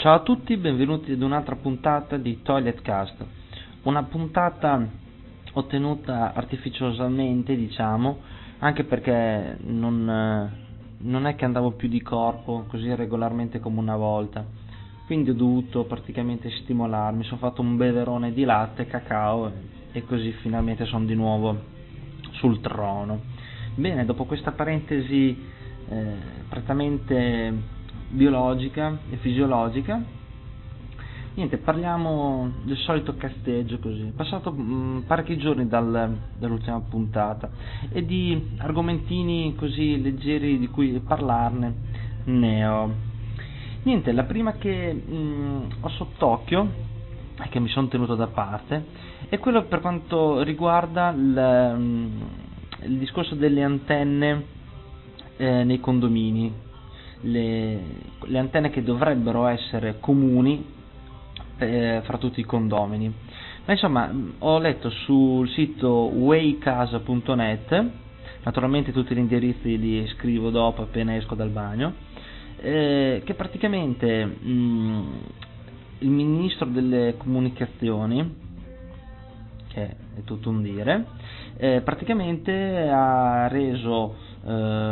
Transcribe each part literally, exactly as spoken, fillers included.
Ciao a tutti, benvenuti ad un'altra puntata di Toilet Cast, una puntata ottenuta artificiosamente, diciamo, anche perché non, non è che andavo più di corpo così regolarmente come una volta, quindi ho dovuto praticamente stimolarmi, sono fatto un beverone di latte, cacao e così finalmente sono di nuovo sul trono. Bene, dopo questa parentesi eh, prettamente biologica e fisiologica, niente, parliamo del solito casteggio così. È passato mh, parecchi giorni dal, dall'ultima puntata e di argomentini così leggeri di cui parlarne ne ho. Niente, la prima che mh, ho sott'occhio e che mi sono tenuto da parte è quello per quanto riguarda il, mh, il discorso delle antenne eh, nei condomini. Le, le antenne che dovrebbero essere comuni eh, fra tutti i condomini. Ma insomma, ho letto sul sito waycasa punto net, naturalmente tutti gli indirizzi li scrivo dopo appena esco dal bagno, eh, che praticamente mh, il ministro delle comunicazioni, che è tutto un dire, eh, praticamente ha reso eh,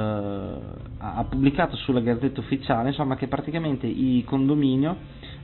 ha pubblicato sulla Gazzetta Ufficiale, insomma, che praticamente il condominio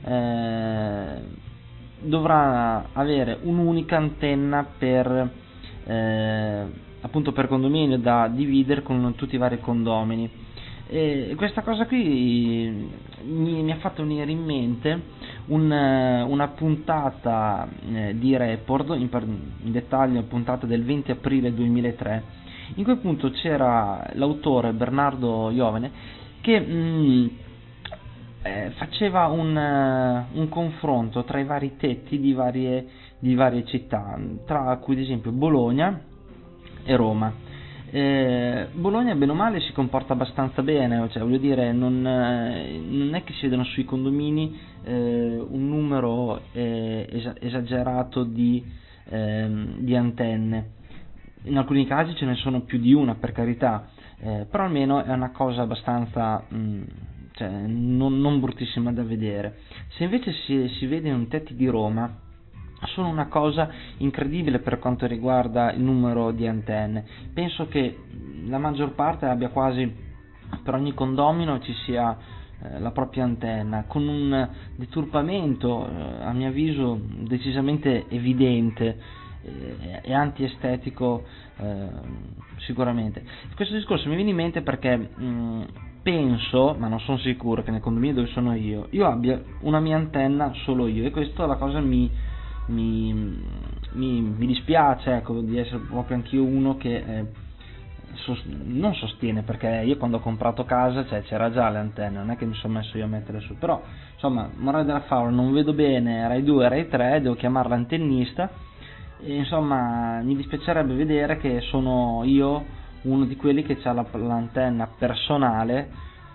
eh, dovrà avere un'unica antenna per eh, appunto per condominio da dividere con tutti i vari condomini. E questa cosa qui mi, mi ha fatto venire in mente un, una puntata eh, di Report, in, in dettaglio puntata del venti aprile duemilatré, in cui appunto c'era l'autore Bernardo Iovine che mh, eh, faceva un, uh, un confronto tra i vari tetti di varie, di varie città, tra cui ad esempio Bologna e Roma. Eh, Bologna bene o male si comporta abbastanza bene, cioè voglio dire non, eh, non è che si vedono sui condomini eh, un numero eh, es- esagerato di, ehm, di antenne. In alcuni casi ce ne sono più di una, per carità, eh, però almeno è una cosa abbastanza mh, cioè, non, non bruttissima da vedere. Se invece si, si vede in tetti di Roma, sono una cosa incredibile per quanto riguarda il numero di antenne. Penso che la maggior parte abbia quasi, per ogni condomino ci sia eh, la propria antenna, con un deturpamento eh, a mio avviso decisamente evidente eh, e antiestetico eh, sicuramente. Questo discorso mi viene in mente perché mh, penso, ma non sono sicuro, che nel condominio dove sono io, io abbia una mia antenna solo io, e questo la cosa mi Mi, mi, mi dispiace, ecco, di essere proprio anch'io uno che eh, sos- non sostiene, perché io quando ho comprato casa cioè, c'era già le antenne, non è che mi sono messo io a mettere su, però insomma, morale della favola, non vedo bene Rai due, Rai tre, devo chiamare l'antennista e insomma mi dispiacerebbe vedere che sono io uno di quelli che ha la, l'antenna personale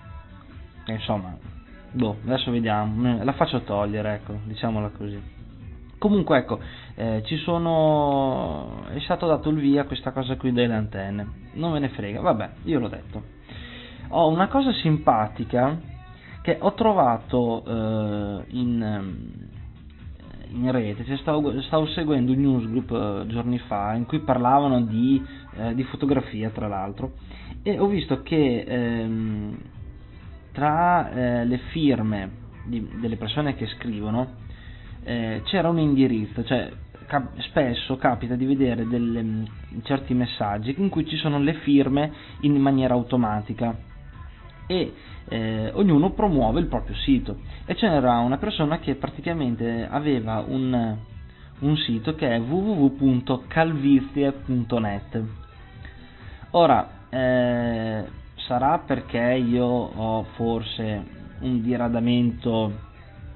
e insomma, boh, adesso vediamo, la faccio togliere, ecco, diciamola così. Comunque ecco, eh, ci sono, è stato dato il via a questa cosa qui delle antenne, non me ne frega, vabbè, io l'ho detto. Ho una cosa simpatica che ho trovato eh, in, in rete, cioè stavo, stavo seguendo un newsgroup eh, giorni fa in cui parlavano di, eh, di fotografia tra l'altro, e ho visto che ehm, tra eh, le firme di, delle persone che scrivono Eh, c'era un indirizzo, cioè cap- spesso capita di vedere delle, mh, certi messaggi in cui ci sono le firme in maniera automatica e eh, ognuno promuove il proprio sito, e c'era una persona che praticamente aveva un, un sito che è w w w punto calvizie punto net. Ora eh, sarà perché io ho forse un diradamento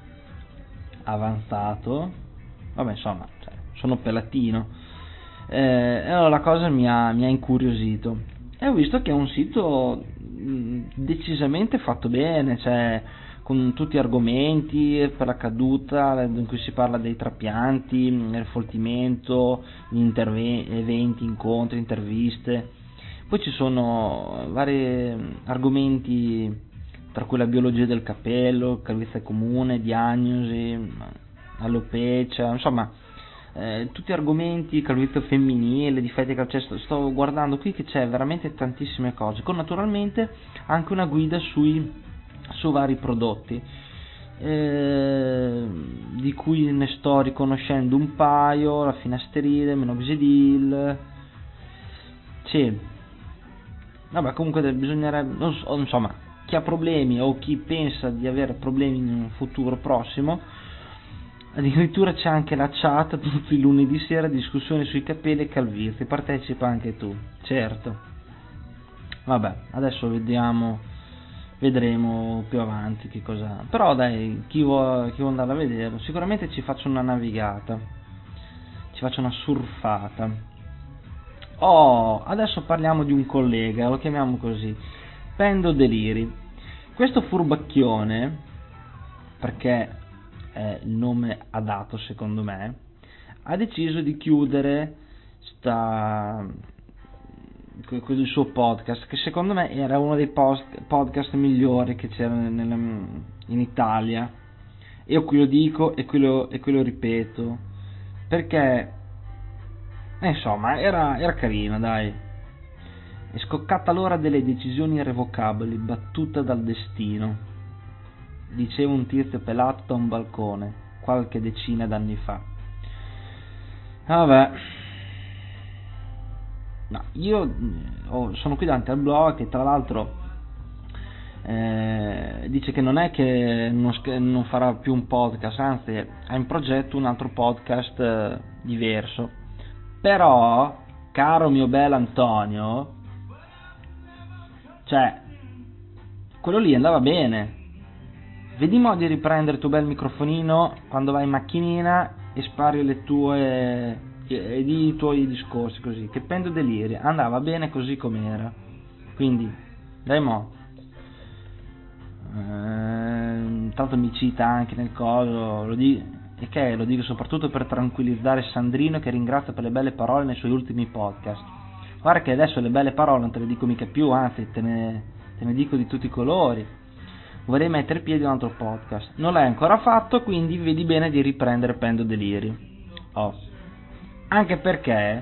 avanzato, vabbè insomma, cioè, sono pelatino, eh, e allora la cosa mi ha, mi ha incuriosito e ho visto che è un sito mh, decisamente fatto bene, cioè con tutti gli argomenti per la caduta in cui si parla dei trapianti, il foltimento, gli interve- eventi, incontri, interviste. Poi ci sono vari argomenti tra cui la biologia del capello, calvizie comune, diagnosi, alopecia, insomma eh, tutti argomenti, calvizie femminile, difetti che cioè, sto, sto guardando qui che c'è veramente tantissime cose, con naturalmente anche una guida sui, su vari prodotti, eh, di cui ne sto riconoscendo un paio: la finasteride, minoxidil, sì, vabbè, comunque bisognerebbe, non so, insomma, chi ha problemi o chi pensa di avere problemi in un futuro prossimo, addirittura c'è anche la chat tutti i lunedì sera, discussioni sui capelli e calvizie, partecipa anche tu, certo. Vabbè, adesso vediamo, vedremo più avanti che cosa, però dai, chi vuole, chi vuole andare a vedere, sicuramente ci faccio una navigata, ci faccio una surfata. Oh, adesso parliamo di un collega, lo chiamiamo così, Pendo Deliri. Questo furbacchione, perché è il nome adatto secondo me, ha deciso di chiudere sta, il suo podcast, che secondo me era uno dei post, podcast migliori che c'erano in Italia. Io qui lo dico e qui lo, e qui lo ripeto, perché eh, insomma era, era carino, dai. È scoccata l'ora delle decisioni irrevocabili, battuta dal destino, diceva un tizio pelato da un balcone qualche decina d'anni fa. Vabbè, no, io oh, sono qui davanti al blog che tra l'altro eh, dice che non è che non, non farà più un podcast, anzi ha in progetto un altro podcast eh, diverso. Però, caro mio bel Antonio, cioè, quello lì andava bene. Vedi mo di riprendere il tuo bel microfonino quando vai in macchinina e spari le tue e di i tuoi discorsi così, che Pendo Deliri andava bene così com'era. Quindi, dai mo. Eh, tanto mi cita anche nel coso, lo dico, e che lo dico soprattutto per tranquillizzare Sandrino, che ringrazio per le belle parole nei suoi ultimi podcast. Guarda che adesso le belle parole non te le dico mica più, anzi te ne, te ne dico di tutti i colori. Vorrei mettere piede a un altro podcast, non l'hai ancora fatto, quindi vedi bene di riprendere Pendo Deliri. Oh. Anche perché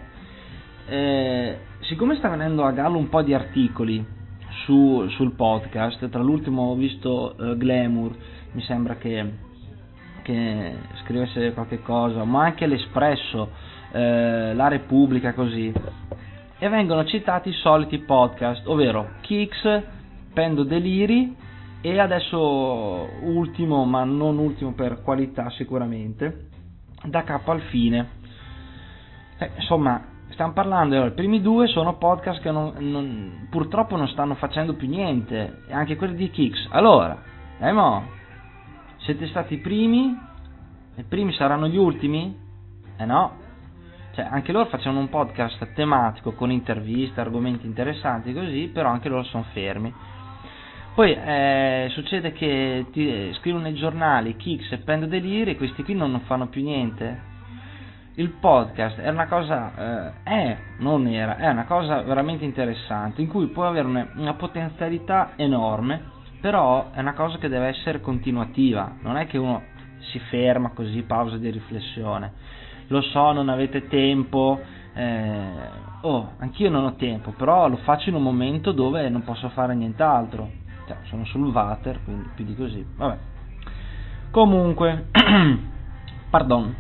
eh, siccome sta venendo a gallo un po' di articoli su, sul podcast, tra l'ultimo ho visto uh, Glamour, mi sembra che, che scrivesse qualche cosa, ma anche l'Espresso, eh, la Repubblica, così, e vengono citati i soliti podcast, ovvero Kicks, Pendo Deliri e adesso ultimo, ma non ultimo per qualità sicuramente, Da Capo al Fine. Eh, insomma, stiamo parlando, i primi due sono podcast che non, non, purtroppo non stanno facendo più niente, e anche quelli di Kicks. Allora, dai mo, siete stati i primi, i primi saranno gli ultimi? Eh no, cioè anche loro facevano un podcast tematico con interviste, argomenti interessanti così, però anche loro sono fermi. Poi eh, succede che ti eh, scrivono nei giornali Kicks e Pendo Deliri, e questi qui non, non fanno più niente. Il podcast è una cosa, eh, è, non era, è una cosa veramente interessante, in cui può avere una, una potenzialità enorme, però è una cosa che deve essere continuativa, non è che uno si ferma così, pausa di riflessione. Lo so, non avete tempo, eh, oh, anch'io non ho tempo, però lo faccio in un momento dove non posso fare nient'altro, cioè, sono sul water, quindi più di così, vabbè. Comunque, pardon.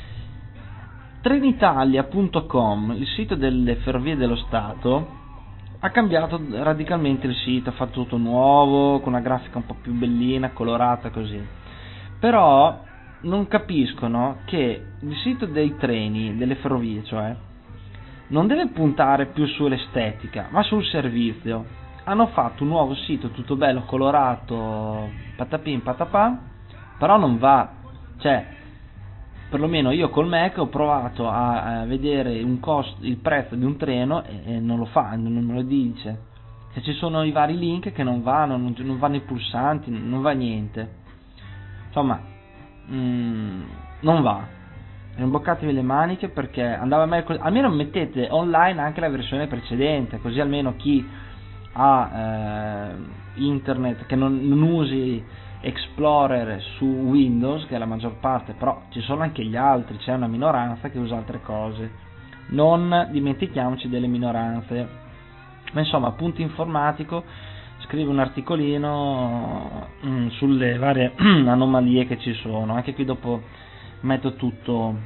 Trenitalia punto com, il sito delle Ferrovie dello Stato, ha cambiato radicalmente il sito, ha fatto tutto nuovo, con una grafica un po' più bellina, colorata così. Però non capiscono che il sito dei treni, delle ferrovie, cioè, non deve puntare più sull'estetica, ma sul servizio. Hanno fatto un nuovo sito tutto bello, colorato, patapin patapà, però non va, cioè, perlomeno io col Mac ho provato a, a vedere un costo, il prezzo di un treno, e, e non lo fa, non me lo dice. Se ci sono i vari link che non vanno, non, non vanno i pulsanti, non va niente. Insomma, mm, non va. Rimboccatevi le maniche, perché andava meglio così. Almeno mettete online anche la versione precedente, così almeno chi ha eh, internet, che non, non usi Explorer su Windows, che è la maggior parte, però ci sono anche gli altri, c'è una minoranza che usa altre cose, non dimentichiamoci delle minoranze. Ma insomma, Punto Informatico scrive un articolino mh, sulle varie anomalie che ci sono, anche qui dopo metto tutto,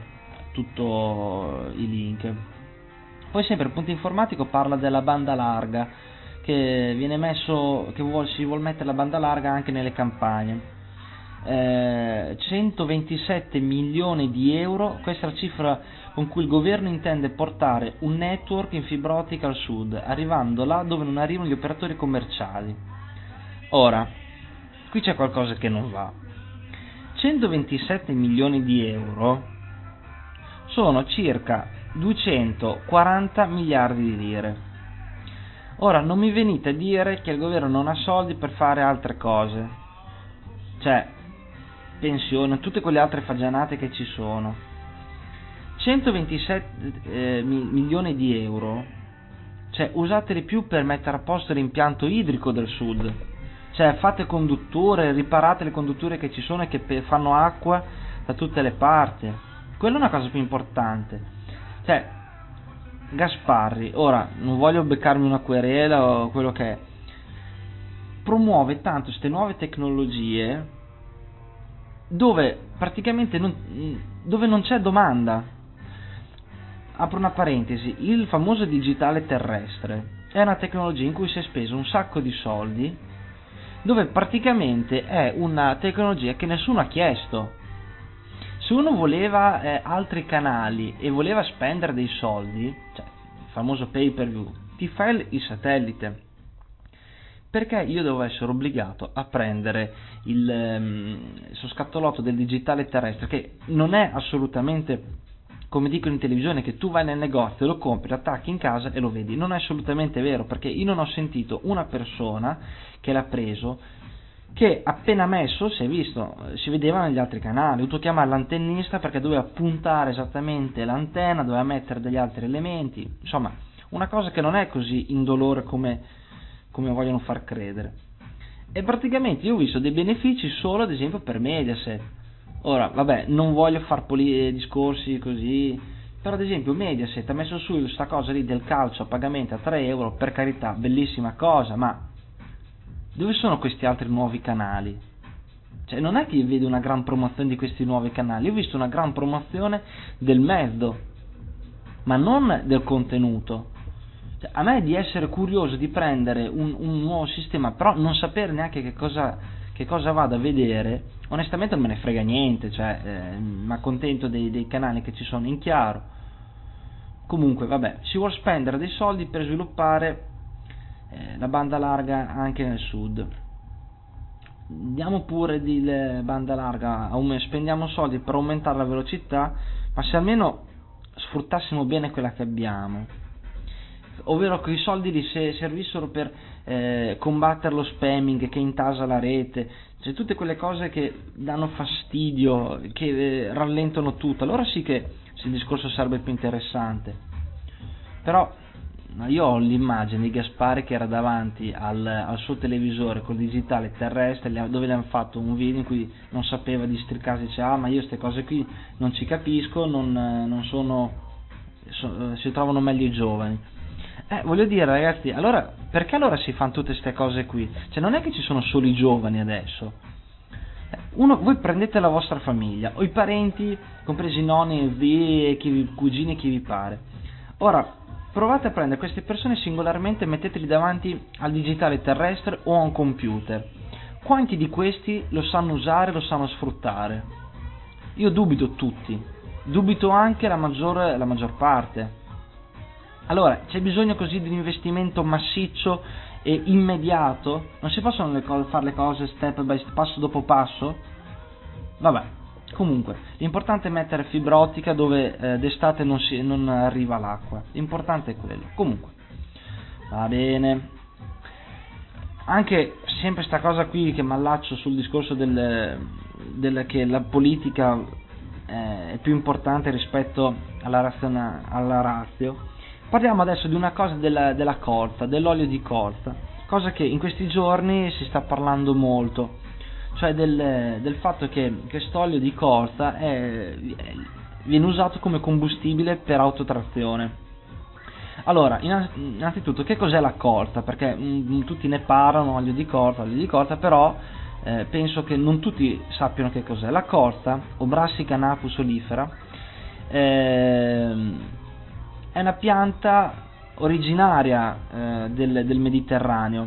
tutto i link. Poi sempre Punto Informatico parla della banda larga, che viene messo, che vuol, si vuol mettere la banda larga anche nelle campagne. Eh, centoventisette milioni di euro, questa è la cifra con cui il governo intende portare un network in fibra ottica al sud, arrivando là dove non arrivano gli operatori commerciali. Ora, qui c'è qualcosa che non va. centoventisette milioni di euro sono circa duecentoquaranta miliardi di lire. Ora, non mi venite a dire che il governo non ha soldi per fare altre cose, cioè pensione, tutte quelle altre fagianate che ci sono. centoventisette eh, milioni di euro, cioè usateli più per mettere a posto l'impianto idrico del sud, cioè fate condutture, riparate le condutture che ci sono e che fanno acqua da tutte le parti, quella è una cosa più importante. Cioè Gasparri, ora non voglio beccarmi una querela o quello che è, promuove tanto queste nuove tecnologie dove praticamente non, dove non c'è domanda. Apro una parentesi, il famoso digitale terrestre è una tecnologia in cui si è speso un sacco di soldi, dove praticamente è una tecnologia che nessuno ha chiesto. Se uno voleva eh, altri canali e voleva spendere dei soldi, cioè il famoso pay per view, ti fai il satellite. Perché io devo essere obbligato a prendere il, um, il scattolotto del digitale terrestre, che non è assolutamente, come dicono in televisione, che tu vai nel negozio, lo compri, lo attacchi in casa e lo vedi. Non è assolutamente vero, perché io non ho sentito una persona che l'ha preso, che appena messo si è visto, si vedeva negli altri canali. Ho dovuto chiamare l'antennista perché doveva puntare esattamente l'antenna, doveva mettere degli altri elementi, insomma una cosa che non è così indolore come, come vogliono far credere. E praticamente io ho visto dei benefici solo ad esempio per Mediaset. Ora vabbè, non voglio far poli- discorsi così, però ad esempio Mediaset ha messo su questa cosa lì del calcio a pagamento a tre euro, per carità, bellissima cosa, ma dove sono questi altri nuovi canali? Cioè non è che io vedo una gran promozione di questi nuovi canali, io ho visto una gran promozione del mezzo, ma non del contenuto. Cioè, a me di essere curioso di prendere un, un nuovo sistema, però non sapere neanche che cosa, che cosa vado a vedere, onestamente non me ne frega niente, cioè eh, mi accontento dei, dei canali che ci sono in chiaro. Comunque vabbè, si vuole spendere dei soldi per sviluppare eh, la banda larga anche nel sud. Diamo pure di banda larga, spendiamo soldi per aumentare la velocità, ma se almeno sfruttassimo bene quella che abbiamo, ovvero che i soldi li se servissero per eh, combattere lo spamming che intasa la rete, cioè tutte quelle cose che danno fastidio, che eh, rallentano tutto, allora sì che il discorso sarebbe più interessante. Però io ho l'immagine di Gasparri che era davanti al, al suo televisore col digitale terrestre, dove gli hanno fatto un video in cui non sapeva districarsi, dice ah ma io queste cose qui non ci capisco, non, non sono, so, si trovano meglio i giovani. Eh, voglio dire ragazzi, allora perché allora si fanno tutte queste cose qui? Cioè non è che ci sono solo i giovani adesso. Uno, voi prendete la vostra famiglia, o i parenti, compresi i nonni, zii, chi vi, cugini, chi vi pare. Ora, provate a prendere queste persone singolarmente e metteteli davanti al digitale terrestre o a un computer. Quanti di questi lo sanno usare, lo sanno sfruttare? Io dubito tutti, dubito anche la maggior, la maggior parte. Allora, c'è bisogno così di un investimento massiccio e immediato? Non si possono le cose, fare le cose step by step, passo dopo passo? Vabbè, comunque, l'importante è mettere fibra ottica dove eh, d'estate non, si, non arriva l'acqua. L'importante è quello. Comunque, va bene. Anche sempre sta cosa qui che mi allaccio sul discorso del, del che la politica eh, è più importante rispetto alla, razione, alla razio. Parliamo adesso di una cosa della, della colza, dell'olio di colza. cosa che in questi giorni si sta parlando molto, cioè del, del fatto che quest'olio di colza è, viene usato come combustibile per autotrazione. Allora, innanzitutto, che cos'è la colza? Perché mh, tutti ne parlano, olio di colza, olio di colza, però eh, penso che non tutti sappiano che cos'è. La colza, o Brassica napus olifera, eh, è una pianta originaria eh, del, del Mediterraneo,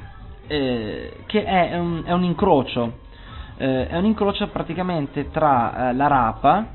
eh, che è un, è un incrocio, eh, è un incrocio praticamente tra eh, la rapa,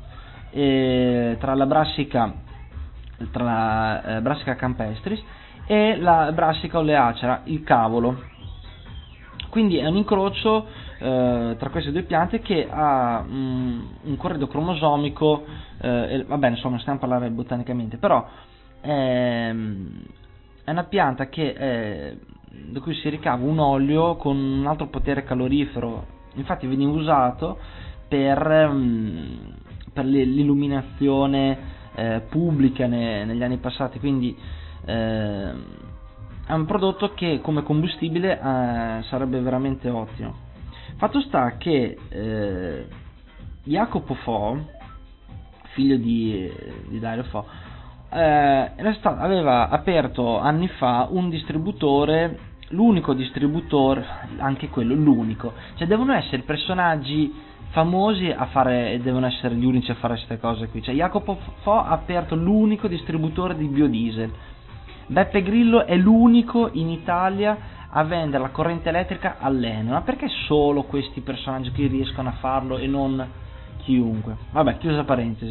eh, tra la Brassica tra la eh, Brassica campestris e la Brassica oleacera, il cavolo. Quindi è un incrocio eh, tra queste due piante che ha mm, un corredo cromosomico, eh, va bene, insomma, stiamo a parlare botanicamente, però è, è una pianta che è, da cui si ricava un olio con un alto potere calorifero. Infatti veniva usato per, mm, per l'illuminazione eh, pubblica ne, negli anni passati, quindi eh, è un prodotto che come combustibile eh, sarebbe veramente ottimo. Fatto sta che eh, Jacopo Fo, figlio di, di Dario Fo, eh, era stato, aveva aperto anni fa un distributore, l'unico distributore, anche quello l'unico, cioè devono essere personaggi famosi a fare, devono essere gli unici a fare queste cose qui. Cioè Jacopo Fo ha aperto l'unico distributore di biodiesel. Beppe Grillo è l'unico in Italia a vendere la corrente elettrica all'Enel. Ma perché solo questi personaggi qui riescono a farlo e non chiunque? Vabbè, chiusa parentesi.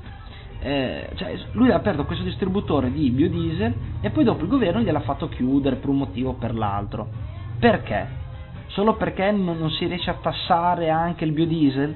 Eh, cioè, lui ha aperto questo distributore di biodiesel e poi dopo il governo gliel'ha fatto chiudere per un motivo o per l'altro. Perché? Solo perché non, non si riesce a tassare anche il biodiesel?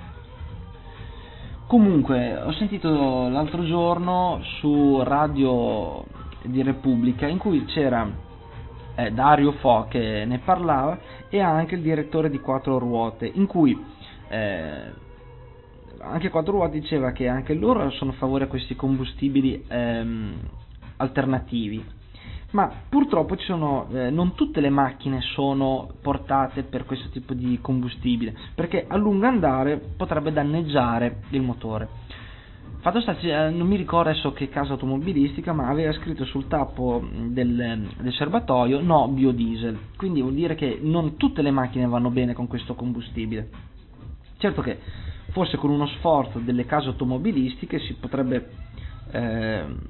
Comunque, ho sentito l'altro giorno su Radio di Repubblica in cui c'era eh, Dario Fo che ne parlava e anche il direttore di Quattro Ruote, in cui eh, anche Quattro Ruote diceva che anche loro sono a favore a questi combustibili ehm, alternativi. Ma purtroppo ci sono, eh, non tutte le macchine sono portate per questo tipo di combustibile, perché a lungo andare potrebbe danneggiare il motore. Fatto sta, eh, non mi ricordo adesso che casa automobilistica, ma aveva scritto sul tappo del, del serbatoio no biodiesel, quindi vuol dire che non tutte le macchine vanno bene con questo combustibile. Certo che forse con uno sforzo delle case automobilistiche si potrebbe eh,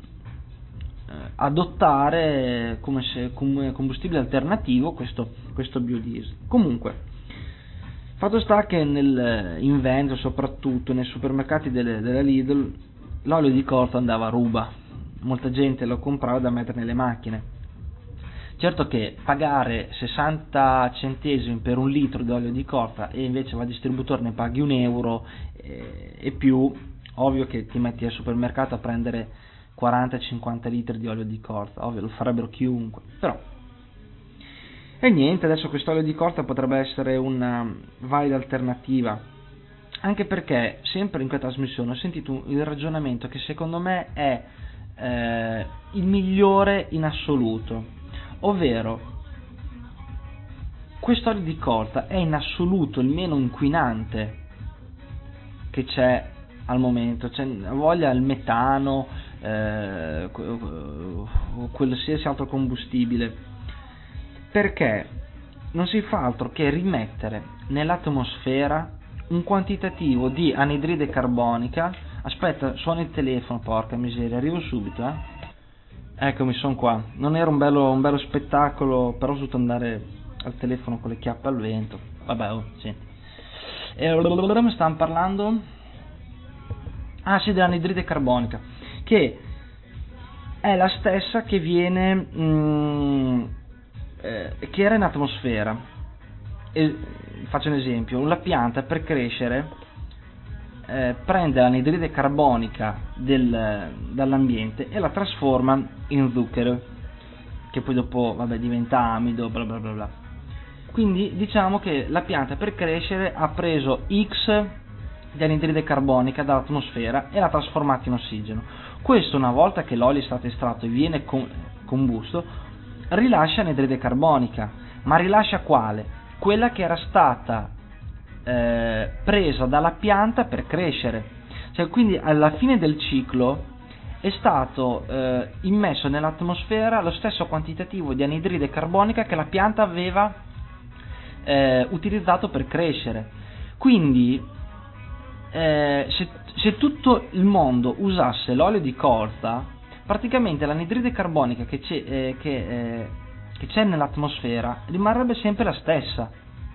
adottare come, se, come combustibile alternativo questo, questo biodiesel. Comunque, fatto sta che nel, in Veneto, soprattutto nei supermercati delle, della Lidl, l'olio di colza andava a ruba, molta gente lo comprava da mettere nelle macchine. Certo che pagare sessanta centesimi per un litro di olio di colza e invece va al distributore ne paghi un euro e, e più, ovvio che ti metti al supermercato a prendere quaranta cinquanta litri di olio di colza, ovvio lo farebbero chiunque, però e niente, adesso quest'olio di colza potrebbe essere una valida alternativa, anche perché sempre in questa trasmissione ho sentito il ragionamento che secondo me è eh, il migliore in assoluto, ovvero quest'olio di colza è in assoluto il meno inquinante che c'è al momento, c'è voglia il metano, eh, o qualsiasi altro combustibile, perché non si fa altro che rimettere nell'atmosfera un quantitativo di anidride carbonica. Aspetta, suona il telefono, porca miseria, arrivo subito, eh. Eccomi, sono qua. Non era un bello, un bello spettacolo, però ho dovuto andare al telefono con le chiappe al vento. Vabbè, oh, sì. E allora mi stavano parlando? Ah sì, dell'anidride carbonica, che è la stessa che viene mh, eh, che era in atmosfera. E, faccio un esempio, la pianta per crescere eh, prende l'anidride carbonica del, dall'ambiente e la trasforma in zucchero, che poi dopo vabbè, diventa amido, bla bla bla bla. Quindi diciamo che la pianta per crescere ha preso X di anidride carbonica dall'atmosfera e l'ha trasformata in ossigeno. Questo, una volta che l'olio è stato estratto e viene combusto, rilascia anidride carbonica, ma rilascia quale? Quella che era stata eh, presa dalla pianta per crescere. Cioè, quindi alla fine del ciclo è stato eh, immesso nell'atmosfera lo stesso quantitativo di anidride carbonica che la pianta aveva eh, utilizzato per crescere. Quindi eh, se, se tutto il mondo usasse l'olio di colza, praticamente l'anidride carbonica che c'è, eh, che, eh, che c'è nell'atmosfera rimarrebbe sempre la stessa.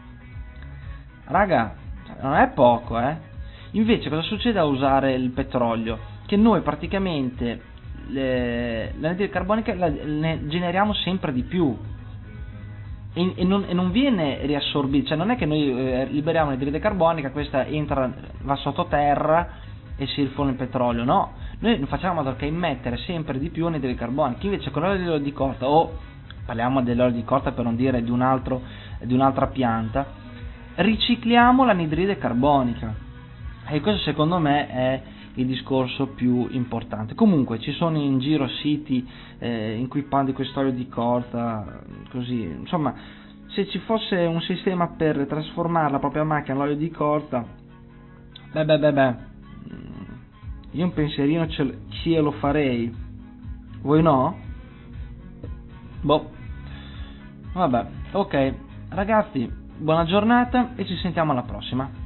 Raga, non è poco, eh? Invece cosa succede a usare il petrolio? Che noi praticamente le, l'anidride carbonica la, ne generiamo sempre di più e, e, non, e non viene riassorbita, cioè non è che noi eh, liberiamo l'anidride carbonica, questa entra, va sottoterra e si riforma il petrolio, no, noi facciamo in modo che immettere sempre di più anidride carbonica. Invece con l'olio di colza, o parliamo dell'olio di colza per non dire di un altro, di un'altra pianta, ricicliamo l'anidride carbonica, e questo secondo me è il discorso più importante. Comunque ci sono in giro siti eh, in cui parli di quest'olio di colza, così, insomma, se ci fosse un sistema per trasformare la propria macchina in olio di colza, beh beh beh beh, io un pensierino ce, ce lo farei. Voi no? Boh, vabbè, ok, ragazzi, buona giornata e ci sentiamo alla prossima.